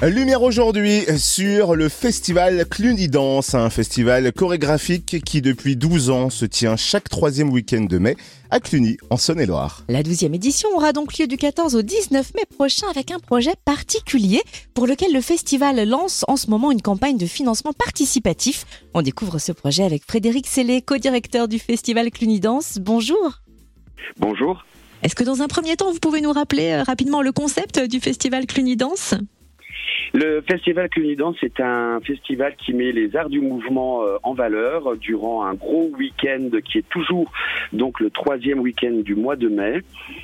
Lumière aujourd'hui sur le festival Cluny Danse, un festival chorégraphique qui depuis 12 ans se tient chaque troisième week-end de mai à Cluny, en Saône-et-Loire. La 12e édition aura donc lieu du 14 au 19 mai prochain avec un projet particulier pour lequel le festival lance en ce moment une campagne de financement participatif. On découvre ce projet avec Frédéric Sellé, co-directeur du festival Cluny Danse. Bonjour. Bonjour. Est-ce que dans un premier temps, vous pouvez nous rappeler rapidement le concept du festival Cluny Danse ? Le festival Cluny Danse est un festival qui met les arts du mouvement en valeur durant un gros week-end qui est toujours donc le troisième week-end du mois de mai.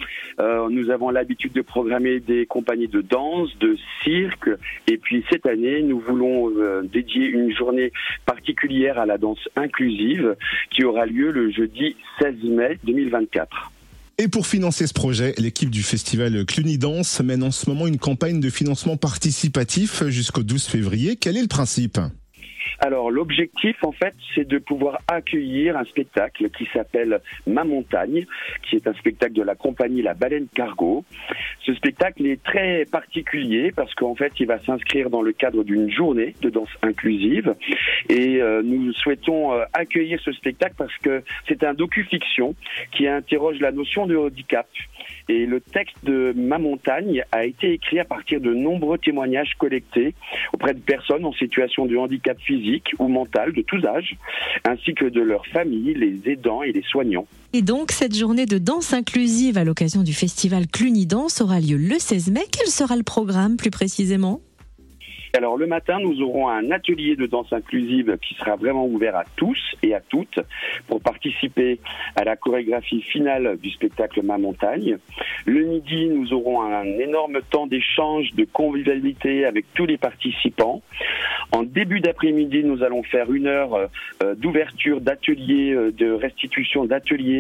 Nous avons l'habitude de programmer des compagnies de danse, de cirque, et puis cette année, nous voulons dédier une journée particulière à la danse inclusive qui aura lieu le jeudi 16 mai 2024. Et pour financer ce projet, l'équipe du festival Cluny Danse mène en ce moment une campagne de financement participatif jusqu'au 12 février. Quel est le principe ? Alors l'objectif en fait c'est de pouvoir accueillir un spectacle qui s'appelle Ma Montagne, qui est un spectacle de la compagnie La Baleine Cargo. Ce spectacle est très particulier parce qu'en fait il va s'inscrire dans le cadre d'une journée de danse inclusive et nous souhaitons accueillir ce spectacle parce que c'est un docu-fiction qui interroge la notion de handicap. Et le texte de Ma Montagne a été écrit à partir de nombreux témoignages collectés auprès de personnes en situation de handicap physique ou mental de tous âges, ainsi que de leurs familles, les aidants et les soignants. Et donc, cette journée de danse inclusive à l'occasion du festival Cluny Danse aura lieu le 16 mai. Quel sera le programme plus précisément ? Alors le matin, nous aurons un atelier de danse inclusive qui sera vraiment ouvert à tous et à toutes pour participer à la chorégraphie finale du spectacle Ma Montagne. Le midi, nous aurons un énorme temps d'échange, de convivialité avec tous les participants. En début d'après-midi, nous allons faire une heure d'ouverture d'ateliers, de restitution d'ateliers,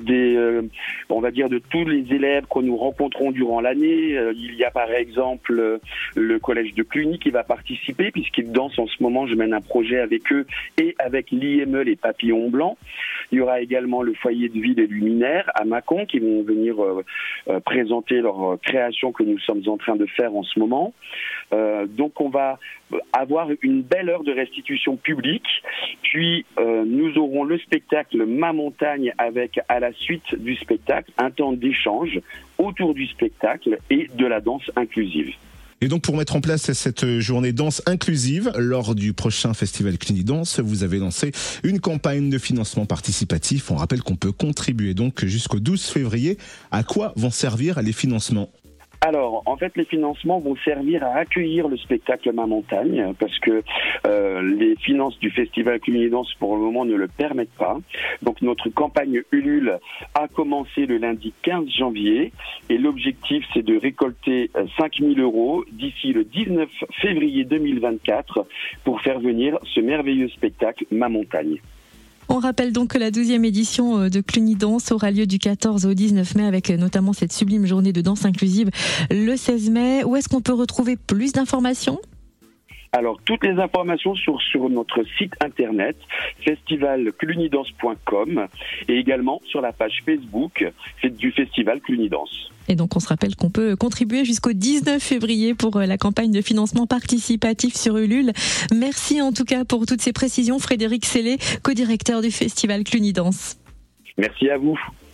on va dire de tous les élèves que nous rencontrons durant l'année. Il y a par exemple le collège de Cluny qui va participer puisqu'ils dansent en ce moment. Je mène un projet avec eux et avec l'IME, les Papillons Blancs. Il y aura également le foyer de vie des Luminaires à Mâcon qui vont venir présenter leur création que nous sommes en train de faire en ce moment. Donc on va avoir une belle heure de restitution publique. Puis nous aurons le spectacle Ma Montagne avec à la suite du spectacle un temps d'échange autour du spectacle et de la danse inclusive. Et donc pour mettre en place cette journée danse inclusive, lors du prochain festival Cluny Danse, vous avez lancé une campagne de financement participatif. On rappelle qu'on peut contribuer donc jusqu'au 12 février. À quoi vont servir les financements ? Alors, en fait, les financements vont servir à accueillir le spectacle Ma Montagne parce que les finances du festival Cluny Danse, pour le moment, ne le permettent pas. Donc, notre campagne Ulule a commencé le lundi 15 janvier et l'objectif, c'est de récolter 5 000 € d'ici le 19 février 2024 pour faire venir ce merveilleux spectacle Ma Montagne. On rappelle donc que la 12e édition de Cluny Danse aura lieu du 14 au 19 mai avec notamment cette sublime journée de danse inclusive le 16 mai. Où est-ce qu'on peut retrouver plus d'informations ? Alors, toutes les informations sont sur notre site internet festivalclunydance.com et également sur la page Facebook du festival Cluny Danse. Et donc, on se rappelle qu'on peut contribuer jusqu'au 19 février pour la campagne de financement participatif sur Ulule. Merci en tout cas pour toutes ces précisions, Frédéric Sellé, co-directeur du festival Cluny Danse. Merci à vous.